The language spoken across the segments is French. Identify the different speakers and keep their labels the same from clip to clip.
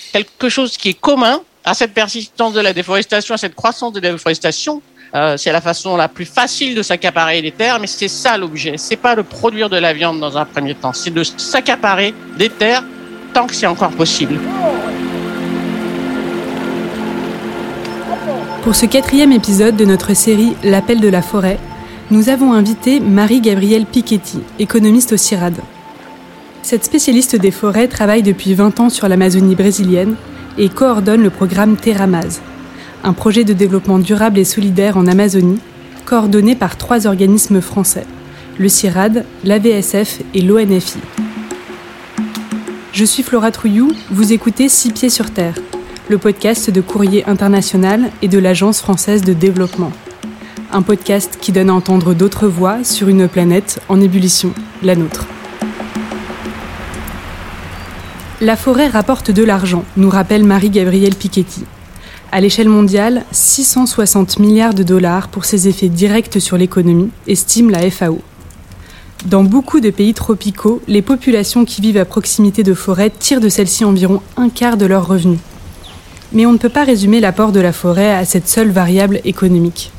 Speaker 1: quelque chose qui est commun à cette persistance de la déforestation, à cette croissance de la déforestation. C'est la façon la plus facile de s'accaparer les terres, mais c'est ça l'objet. C'est pas de produire de la viande dans un premier temps, c'est de s'accaparer des terres tant que c'est encore possible.
Speaker 2: Pour ce 4e épisode de notre série L'appel de la forêt, nous avons invité Marie-Gabrielle Piketty, économiste au CIRAD. Cette spécialiste des forêts travaille depuis 20 ans sur l'Amazonie brésilienne et coordonne le programme Terramaz, un projet de développement durable et solidaire en Amazonie, coordonné par 3 organismes français, le CIRAD, l'AVSF et l'ONFI. Je suis Flora Trouillou, vous écoutez 6 pieds sur terre, le podcast de Courrier International et de l'Agence française de développement. Un podcast qui donne à entendre d'autres voix sur une planète en ébullition, la nôtre. La forêt rapporte de l'argent, nous rappelle Marie-Gabrielle Piketty. À l'échelle mondiale, 660 milliards de dollars pour ses effets directs sur l'économie, estime la FAO. Dans beaucoup de pays tropicaux, les populations qui vivent à proximité de forêts tirent de celles-ci environ un quart de leurs revenus. Mais on ne peut pas résumer l'apport de la forêt à cette seule variable économique.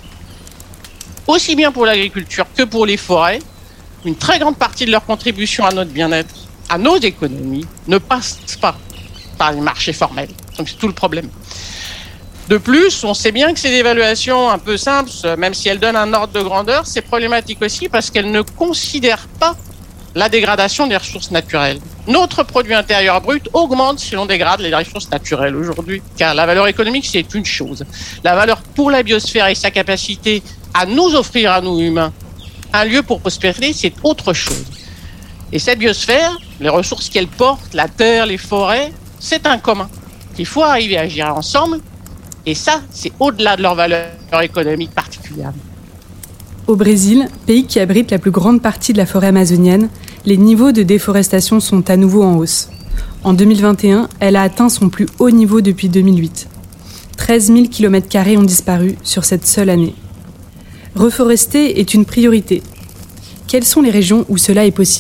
Speaker 1: Aussi bien pour l'agriculture que pour les forêts, une très grande partie de leur contribution à notre bien-être, à nos économies, ne passe pas par les marchés formels. Donc c'est tout le problème. De plus, on sait bien que ces évaluations un peu simples, même si elles donnent un ordre de grandeur, c'est problématique aussi parce qu'elles ne considèrent pas la dégradation des ressources naturelles. Notre produit intérieur brut augmente si l'on dégrade les ressources naturelles aujourd'hui, car la valeur économique, c'est une chose. La valeur pour la biosphère et sa capacité à nous offrir, à nous humains, un lieu pour prospérer, c'est autre chose. Et cette biosphère, les ressources qu'elle porte, la terre, les forêts, c'est un commun. Il faut arriver à agir ensemble. Et ça, c'est au-delà de leur valeur économique particulière.
Speaker 2: Au Brésil, pays qui abrite la plus grande partie de la forêt amazonienne, les niveaux de déforestation sont à nouveau en hausse. En 2021, elle a atteint son plus haut niveau depuis 2008. 13 000 km² ont disparu sur cette seule année. Reforester est une priorité. Quelles sont les régions où cela est possible ?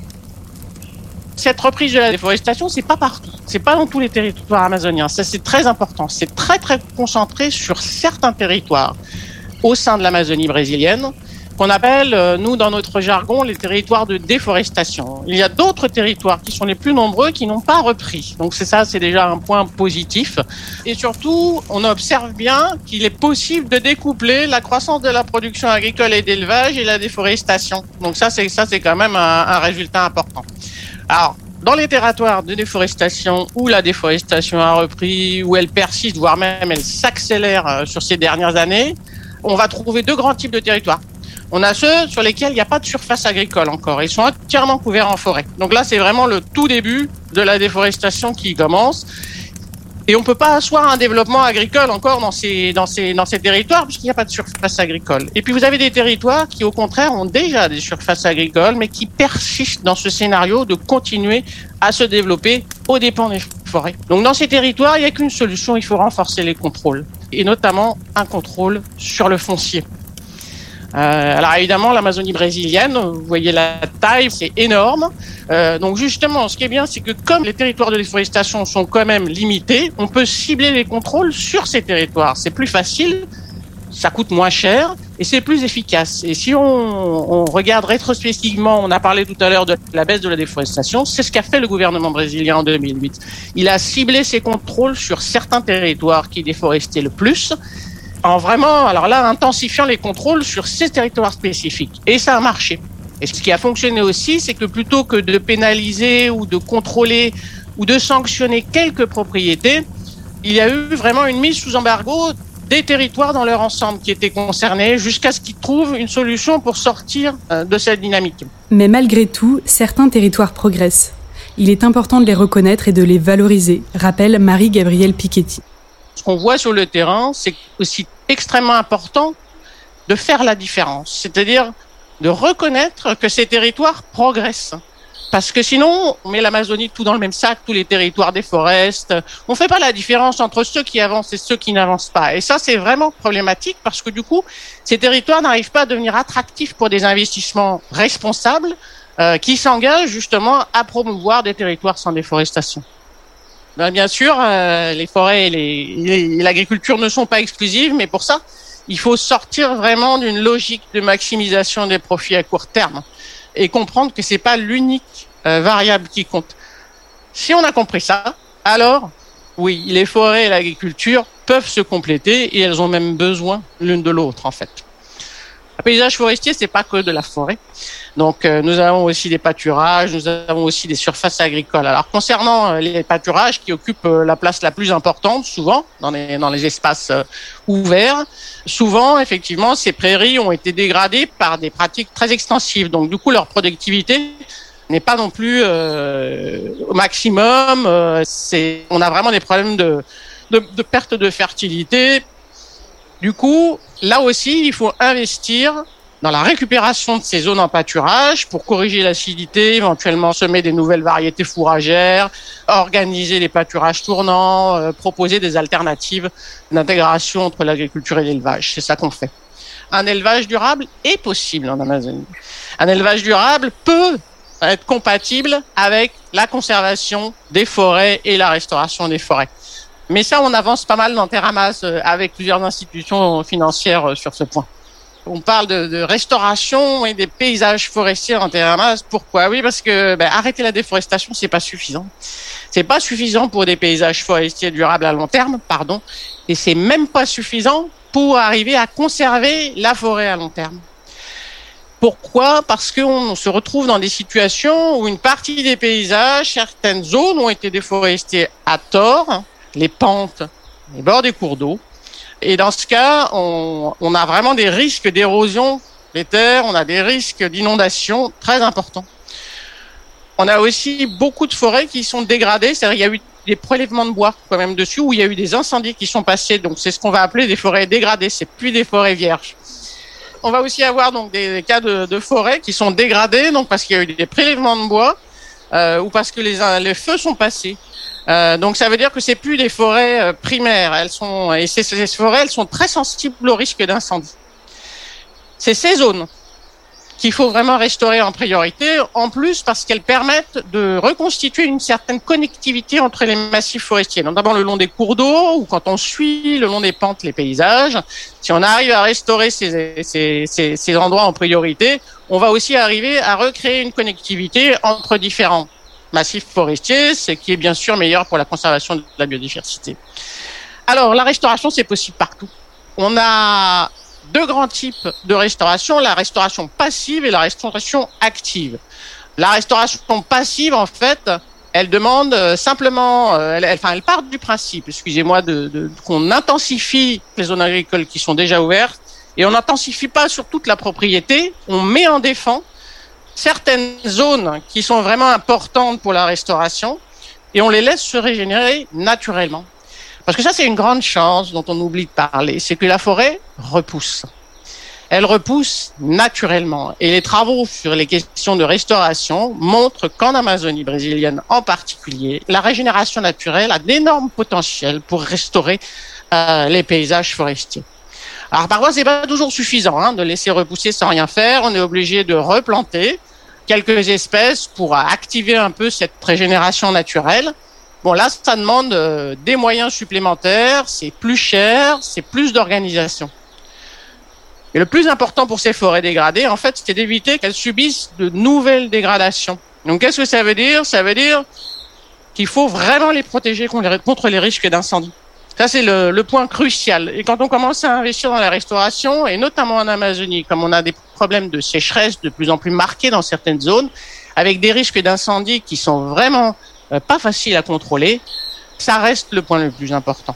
Speaker 1: Cette reprise de la déforestation, c'est pas partout. C'est pas dans tous les territoires amazoniens. Ça, c'est très important. C'est très, très concentré sur certains territoires au sein de l'Amazonie brésilienne, qu'on appelle, nous, dans notre jargon, les territoires de déforestation. Il y a d'autres territoires qui sont les plus nombreux qui n'ont pas repris. Donc c'est déjà un point positif. Et surtout, on observe bien qu'il est possible de découpler la croissance de la production agricole et d'élevage et la déforestation. Donc ça, c'est quand même un résultat important. Alors, dans les territoires de déforestation où la déforestation a repris, où elle persiste, voire même elle s'accélère sur ces dernières années, on va trouver 2 grands types de territoires. On a ceux sur lesquels il n'y a pas de surface agricole encore. Ils sont entièrement couverts en forêt. Donc là, c'est vraiment le tout début de la déforestation qui commence. Et on ne peut pas asseoir un développement agricole encore dans ces territoires puisqu'il n'y a pas de surface agricole. Et puis vous avez des territoires qui, au contraire, ont déjà des surfaces agricoles, mais qui persistent dans ce scénario de continuer à se développer aux dépens des forêts. Donc dans ces territoires, il n'y a qu'une solution, il faut renforcer les contrôles. Et notamment un contrôle sur le foncier. Alors évidemment, l'Amazonie brésilienne, vous voyez la taille, c'est énorme. Donc justement, ce qui est bien, c'est que comme les territoires de déforestation sont quand même limités, on peut cibler les contrôles sur ces territoires. C'est plus facile, ça coûte moins cher et c'est plus efficace. Et si on regarde rétrospectivement, on a parlé tout à l'heure de la baisse de la déforestation, c'est ce qu'a fait le gouvernement brésilien en 2008. Il a ciblé ses contrôles sur certains territoires qui déforestaient le plus, en vraiment, alors là, intensifiant les contrôles sur ces territoires spécifiques. Et ça a marché. Et ce qui a fonctionné aussi, c'est que plutôt que de pénaliser ou de contrôler ou de sanctionner quelques propriétés, il y a eu vraiment une mise sous embargo des territoires dans leur ensemble qui étaient concernés jusqu'à ce qu'ils trouvent une solution pour sortir de cette dynamique.
Speaker 2: Mais malgré tout, certains territoires progressent. Il est important de les reconnaître et de les valoriser, rappelle Marie-Gabrielle Piketty.
Speaker 1: Ce qu'on voit sur le terrain, c'est aussi extrêmement important de faire la différence, c'est-à-dire de reconnaître que ces territoires progressent. Parce que sinon, on met l'Amazonie tout dans le même sac, tous les territoires déforestent. On fait pas la différence entre ceux qui avancent et ceux qui n'avancent pas. Et ça, c'est vraiment problématique parce que du coup, ces territoires n'arrivent pas à devenir attractifs pour des investissements responsables qui s'engagent justement à promouvoir des territoires sans déforestation. Bien sûr, les forêts et l'agriculture ne sont pas exclusives, mais pour ça, il faut sortir vraiment d'une logique de maximisation des profits à court terme et comprendre que c'est pas l'unique variable qui compte. Si on a compris ça, alors oui, les forêts et l'agriculture peuvent se compléter et elles ont même besoin l'une de l'autre en fait. Un paysage forestier, c'est pas que de la forêt. Donc, nous avons aussi des pâturages, nous avons aussi des surfaces agricoles. Alors, concernant les pâturages qui occupent la place la plus importante, souvent, dans les espaces ouverts, souvent, effectivement, ces prairies ont été dégradées par des pratiques très extensives. Donc, du coup, leur productivité n'est pas non plus au maximum. On a vraiment des problèmes de perte de fertilité. Du coup, là aussi, il faut investir dans la récupération de ces zones en pâturage pour corriger l'acidité, éventuellement semer des nouvelles variétés fourragères, organiser les pâturages tournants, proposer des alternatives d'intégration entre l'agriculture et l'élevage. C'est ça qu'on fait. Un élevage durable est possible en Amazonie. Un élevage durable peut être compatible avec la conservation des forêts et la restauration des forêts. Mais ça, on avance pas mal dans Terramas avec plusieurs institutions financières sur ce point. On parle de restauration et des paysages forestiers en Terramas. Pourquoi ? Oui, parce que arrêter la déforestation, c'est pas suffisant. C'est pas suffisant pour des paysages forestiers durables à long terme, et c'est même pas suffisant pour arriver à conserver la forêt à long terme. Pourquoi ? Parce qu'on se retrouve dans des situations où une partie des paysages, certaines zones ont été déforestées à tort, les pentes, les bords des cours d'eau. Et dans ce cas, on a vraiment des risques d'érosion des terres, on a des risques d'inondation très importants. On a aussi beaucoup de forêts qui sont dégradées, c'est-à-dire qu'il y a eu des prélèvements de bois quand même dessus, où il y a eu des incendies qui sont passés, donc c'est ce qu'on va appeler des forêts dégradées, c'est plus des forêts vierges. On va aussi avoir donc des cas de forêts qui sont dégradées, donc parce qu'il y a eu des prélèvements de bois, ou parce que les feux sont passés. Donc ça veut dire que c'est plus des forêts primaires. Ces forêts, elles sont très sensibles au risque d'incendie. C'est ces zones qu'il faut vraiment restaurer en priorité, en plus parce qu'elles permettent de reconstituer une certaine connectivité entre les massifs forestiers, notamment le long des cours d'eau ou quand on suit le long des pentes les paysages. Si on arrive à restaurer ces endroits en priorité, on va aussi arriver à recréer une connectivité entre différents massifs forestiers, ce qui est bien sûr meilleur pour la conservation de la biodiversité. Alors, la restauration, c'est possible partout. On a deux grands types de restauration, la restauration passive et la restauration active. La restauration passive, en fait, elle demande simplement, elle part du principe, qu'on intensifie les zones agricoles qui sont déjà ouvertes, et on n'intensifie pas sur toute la propriété, on met en défense certaines zones qui sont vraiment importantes pour la restauration, et on les laisse se régénérer naturellement. Parce que ça, c'est une grande chance dont on oublie de parler, c'est que la forêt repousse. Elle repousse naturellement. Et les travaux sur les questions de restauration montrent qu'en Amazonie brésilienne en particulier, la régénération naturelle a d'énormes potentiels pour restaurer les paysages forestiers. Alors parfois, c'est pas toujours suffisant de laisser repousser sans rien faire. On est obligé de replanter quelques espèces pour activer un peu cette régénération naturelle. Bon, là, ça demande des moyens supplémentaires, c'est plus cher, c'est plus d'organisation. Et le plus important pour ces forêts dégradées, en fait, c'est d'éviter qu'elles subissent de nouvelles dégradations. Donc, qu'est-ce que ça veut dire ? Ça veut dire qu'il faut vraiment les protéger contre les risques d'incendie. Ça, c'est le point crucial. Et quand on commence à investir dans la restauration, et notamment en Amazonie, comme on a des problèmes de sécheresse de plus en plus marqués dans certaines zones, avec des risques d'incendie qui sont vraiment pas faciles à contrôler, ça reste le point le plus important.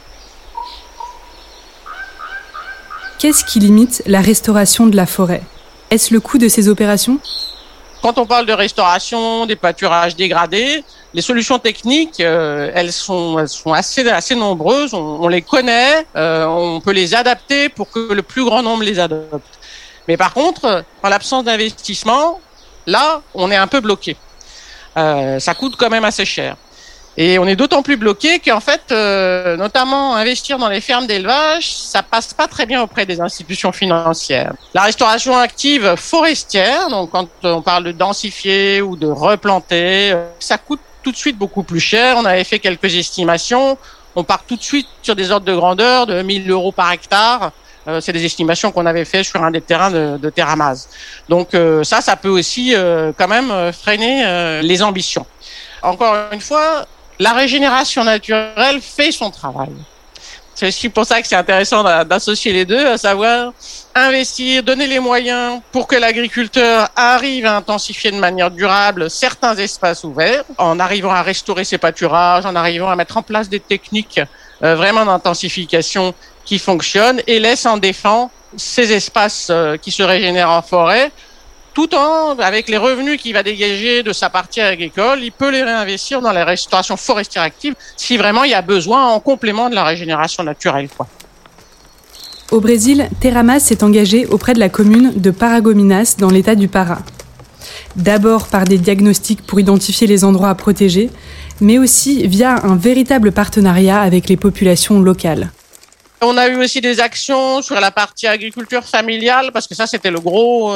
Speaker 2: Qu'est-ce qui limite la restauration de la forêt ? Est-ce le coût de ces opérations ?
Speaker 1: Quand on parle de restauration, des pâturages dégradés, les solutions techniques, elles sont assez nombreuses. On les connaît, on peut les adapter pour que le plus grand nombre les adopte. Mais par contre, en l'absence d'investissement, là, on est un peu bloqué. Ça coûte quand même assez cher. Et on est d'autant plus bloqué qu'en fait, notamment investir dans les fermes d'élevage, ça passe pas très bien auprès des institutions financières. La restauration active forestière, donc quand on parle de densifier ou de replanter, ça coûte tout de suite beaucoup plus cher. On avait fait quelques estimations. On part tout de suite sur des ordres de grandeur de 1 000 € par hectare. C'est des estimations qu'on avait fait sur un des terrains de Terramase. Donc ça peut aussi quand même freiner les ambitions. Encore une fois, la régénération naturelle fait son travail. C'est aussi pour ça que c'est intéressant d'associer les deux, à savoir investir, donner les moyens pour que l'agriculteur arrive à intensifier de manière durable certains espaces ouverts, en arrivant à restaurer ses pâturages, en arrivant à mettre en place des techniques vraiment d'intensification qui fonctionnent, et laisse en défend ces espaces qui se régénèrent en forêt, tout en, avec les revenus qu'il va dégager de sa partie agricole, il peut les réinvestir dans la restauration forestière active si vraiment il y a besoin en complément de la régénération naturelle, quoi.
Speaker 2: Au Brésil, Terramase s'est engagé auprès de la commune de Paragominas dans l'état du Pará. D'abord par des diagnostics pour identifier les endroits à protéger, mais aussi via un véritable partenariat avec les populations locales.
Speaker 1: On a eu aussi des actions sur la partie agriculture familiale parce que ça c'était le gros.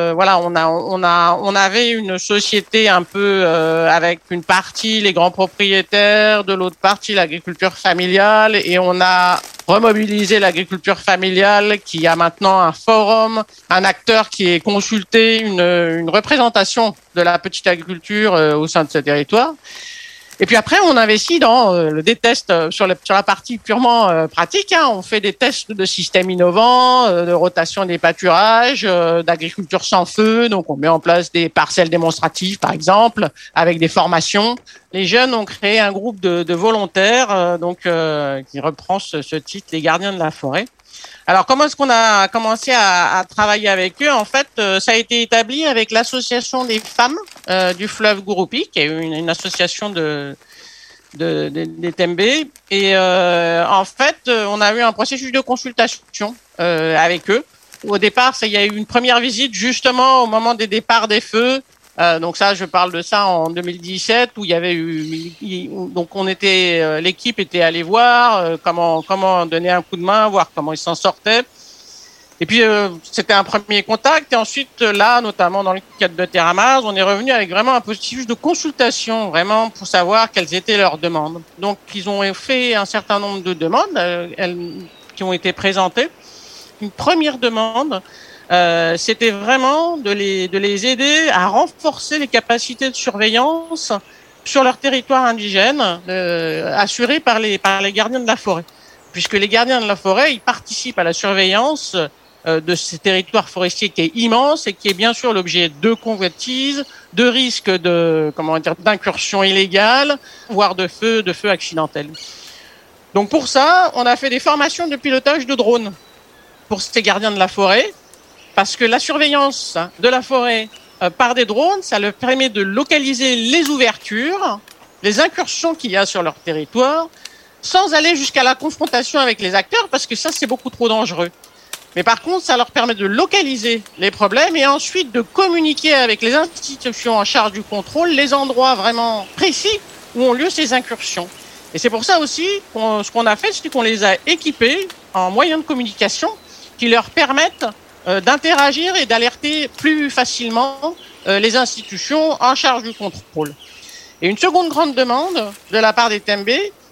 Speaker 1: On avait une société un peu avec une partie les grands propriétaires, de l'autre partie l'agriculture familiale, et on a remobilisé l'agriculture familiale qui a maintenant un forum, un acteur qui est consulté, une représentation de la petite agriculture au sein de ce territoire. Et puis après, on investit dans des tests sur la partie purement pratique. On fait des tests de systèmes innovants, de rotation des pâturages, d'agriculture sans feu. Donc, on met en place des parcelles démonstratives, par exemple, avec des formations. Les jeunes ont créé un groupe de volontaires, qui reprend ce titre, les gardiens de la forêt. Alors, comment est-ce qu'on a commencé à travailler avec eux? En fait, ça a été établi avec l'association des femmes du fleuve Gouroupi, qui est une association des Tembe. Et en fait, on a eu un processus de consultation avec eux. Au départ, il y a eu une première visite justement au moment des départs des feux. Donc ça, je parle de ça en 2017 où il y avait eu, donc l'équipe était allée voir comment donner un coup de main, voir comment ils s'en sortaient. Et puis c'était un premier contact, et ensuite là, notamment dans le cadre de Terramase, on est revenu avec vraiment un processus de consultation, vraiment pour savoir quelles étaient leurs demandes. Donc ils ont fait un certain nombre de demandes qui ont été présentées. Une première demande. C'était vraiment de les aider à renforcer les capacités de surveillance sur leur territoire indigène, assuré par les gardiens de la forêt. Puisque les gardiens de la forêt, ils participent à la surveillance de ces territoires forestiers qui est immense et qui est bien sûr l'objet de convoitises, de risques d'incursion illégale, voire de feux accidentels. Donc pour ça, on a fait des formations de pilotage de drones pour ces gardiens de la forêt. Parce que la surveillance de la forêt par des drones, ça leur permet de localiser les ouvertures, les incursions qu'il y a sur leur territoire, sans aller jusqu'à la confrontation avec les acteurs, parce que ça, c'est beaucoup trop dangereux. Mais par contre, ça leur permet de localiser les problèmes et ensuite de communiquer avec les institutions en charge du contrôle les endroits vraiment précis où ont lieu ces incursions. Et c'est pour ça aussi ce qu'on a fait, c'est qu'on les a équipés en moyens de communication qui leur permettent d'interagir et d'alerter plus facilement les institutions en charge du contrôle. Et une seconde grande demande de la part des Tembe,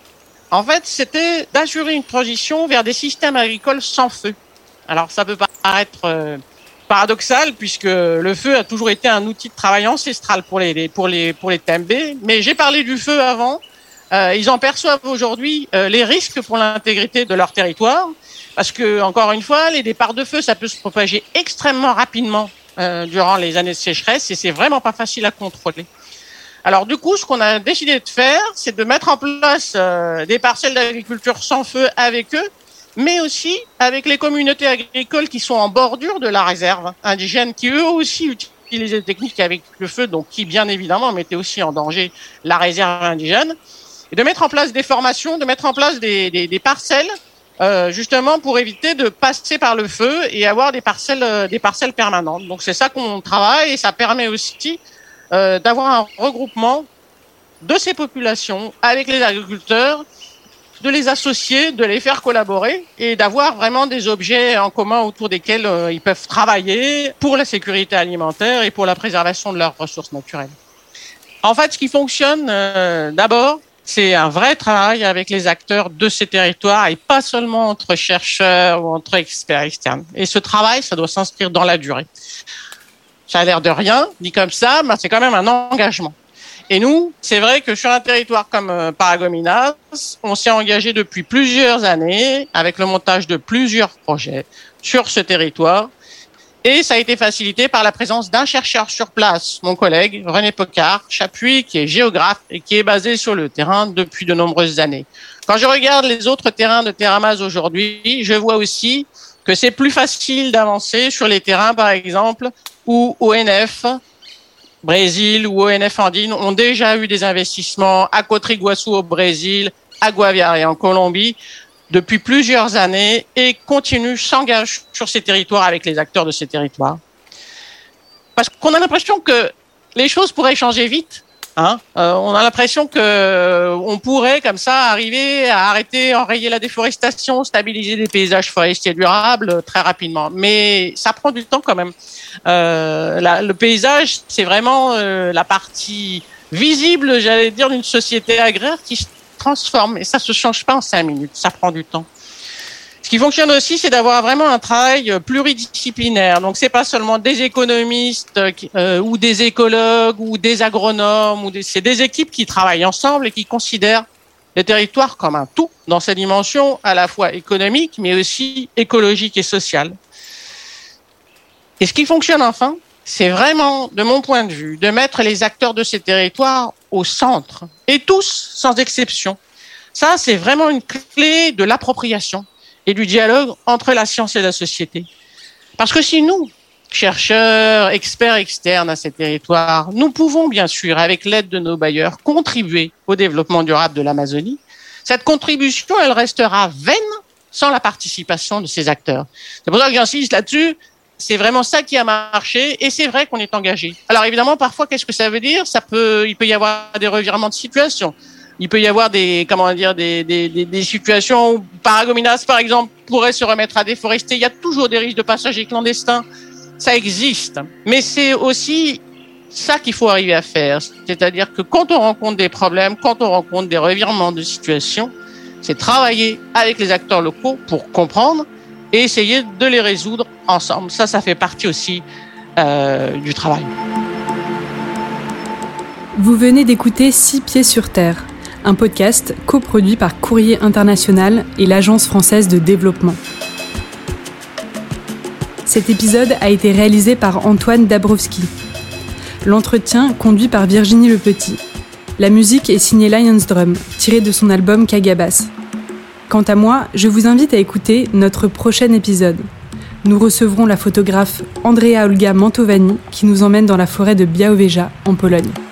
Speaker 1: en fait, c'était d'assurer une transition vers des systèmes agricoles sans feu. Alors, ça peut paraître paradoxal puisque le feu a toujours été un outil de travail ancestral pour les Tembe, mais j'ai parlé du feu avant. Ils en perçoivent aujourd'hui les risques pour l'intégrité de leur territoire. Parce que, encore une fois, les départs de feu, ça peut se propager extrêmement rapidement durant les années de sécheresse et c'est vraiment pas facile à contrôler. Alors du coup, ce qu'on a décidé de faire, c'est de mettre en place des parcelles d'agriculture sans feu avec eux, mais aussi avec les communautés agricoles qui sont en bordure de la réserve indigène, qui eux aussi utilisent des techniques avec le feu, donc qui bien évidemment mettaient aussi en danger la réserve indigène, et de mettre en place des formations, de mettre en place des parcelles, justement pour éviter de passer par le feu et avoir des parcelles permanentes. Donc c'est ça qu'on travaille et ça permet aussi d'avoir un regroupement de ces populations avec les agriculteurs, de les associer, de les faire collaborer et d'avoir vraiment des objets en commun autour desquels ils peuvent travailler pour la sécurité alimentaire et pour la préservation de leurs ressources naturelles. En fait, ce qui fonctionne d'abord, c'est un vrai travail avec les acteurs de ces territoires et pas seulement entre chercheurs ou entre experts externes. Et ce travail, ça doit s'inscrire dans la durée. Ça a l'air de rien, dit comme ça, mais c'est quand même un engagement. Et nous, c'est vrai que sur un territoire comme Paragominas, on s'est engagé depuis plusieurs années avec le montage de plusieurs projets sur ce territoire. Et ça a été facilité par la présence d'un chercheur sur place, mon collègue René Pocard-Chapuis, qui est géographe et qui est basé sur le terrain depuis de nombreuses années. Quand je regarde les autres terrains de Terramaz aujourd'hui, je vois aussi que c'est plus facile d'avancer sur les terrains, par exemple, où ONF Brésil ou ONF Andine ont déjà eu des investissements à Cotriguaçu au Brésil, à Guaviare en Colombie, depuis plusieurs années et s'engagent sur ces territoires avec les acteurs de ces territoires. Parce qu'on a l'impression que les choses pourraient changer vite. On a l'impression que on pourrait comme ça arriver à enrayer la déforestation, stabiliser des paysages forestiers durables très rapidement. Mais ça prend du temps quand même. Le paysage, c'est vraiment la partie visible, j'allais dire, d'une société agraire qui se transforme et ça se change pas en 5 minutes, ça prend du temps. Ce qui fonctionne aussi, c'est d'avoir vraiment un travail pluridisciplinaire. Donc, c'est pas seulement des économistes ou des écologues ou des agronomes, c'est des équipes qui travaillent ensemble et qui considèrent le territoire comme un tout dans sa dimension à la fois économique, mais aussi écologique et sociale. Et ce qui fonctionne enfin, c'est vraiment, de mon point de vue, de mettre les acteurs de ces territoires au centre. Et tous, sans exception. Ça, c'est vraiment une clé de l'appropriation et du dialogue entre la science et la société. Parce que si nous, chercheurs, experts externes à ces territoires, nous pouvons bien sûr, avec l'aide de nos bailleurs, contribuer au développement durable de l'Amazonie, cette contribution, elle restera vaine sans la participation de ces acteurs. C'est pour ça que j'insiste là-dessus. C'est vraiment ça qui a marché et c'est vrai qu'on est engagé. Alors évidemment, parfois, qu'est-ce que ça veut dire ? Il peut y avoir des revirements de situation. Il peut y avoir des situations où Paragominas, par exemple, pourrait se remettre à déforester. Il y a toujours des risques de passagers clandestins. Ça existe. Mais c'est aussi ça qu'il faut arriver à faire. C'est-à-dire que quand on rencontre des problèmes, quand on rencontre des revirements de situation, c'est travailler avec les acteurs locaux pour comprendre et essayer de les résoudre ensemble. Ça fait partie aussi du travail.
Speaker 2: Vous venez d'écouter 6 pieds sur terre, un podcast coproduit par Courrier International et l'Agence française de développement. Cet épisode a été réalisé par Antoine Dabrowski. L'entretien conduit par Virginie Lepetit. La musique est signée Lions Drum, tirée de son album Cagabas. Quant à moi, je vous invite à écouter notre prochain épisode. Nous recevrons la photographe Andrea Olga Mantovani qui nous emmène dans la forêt de Białowieża en Pologne.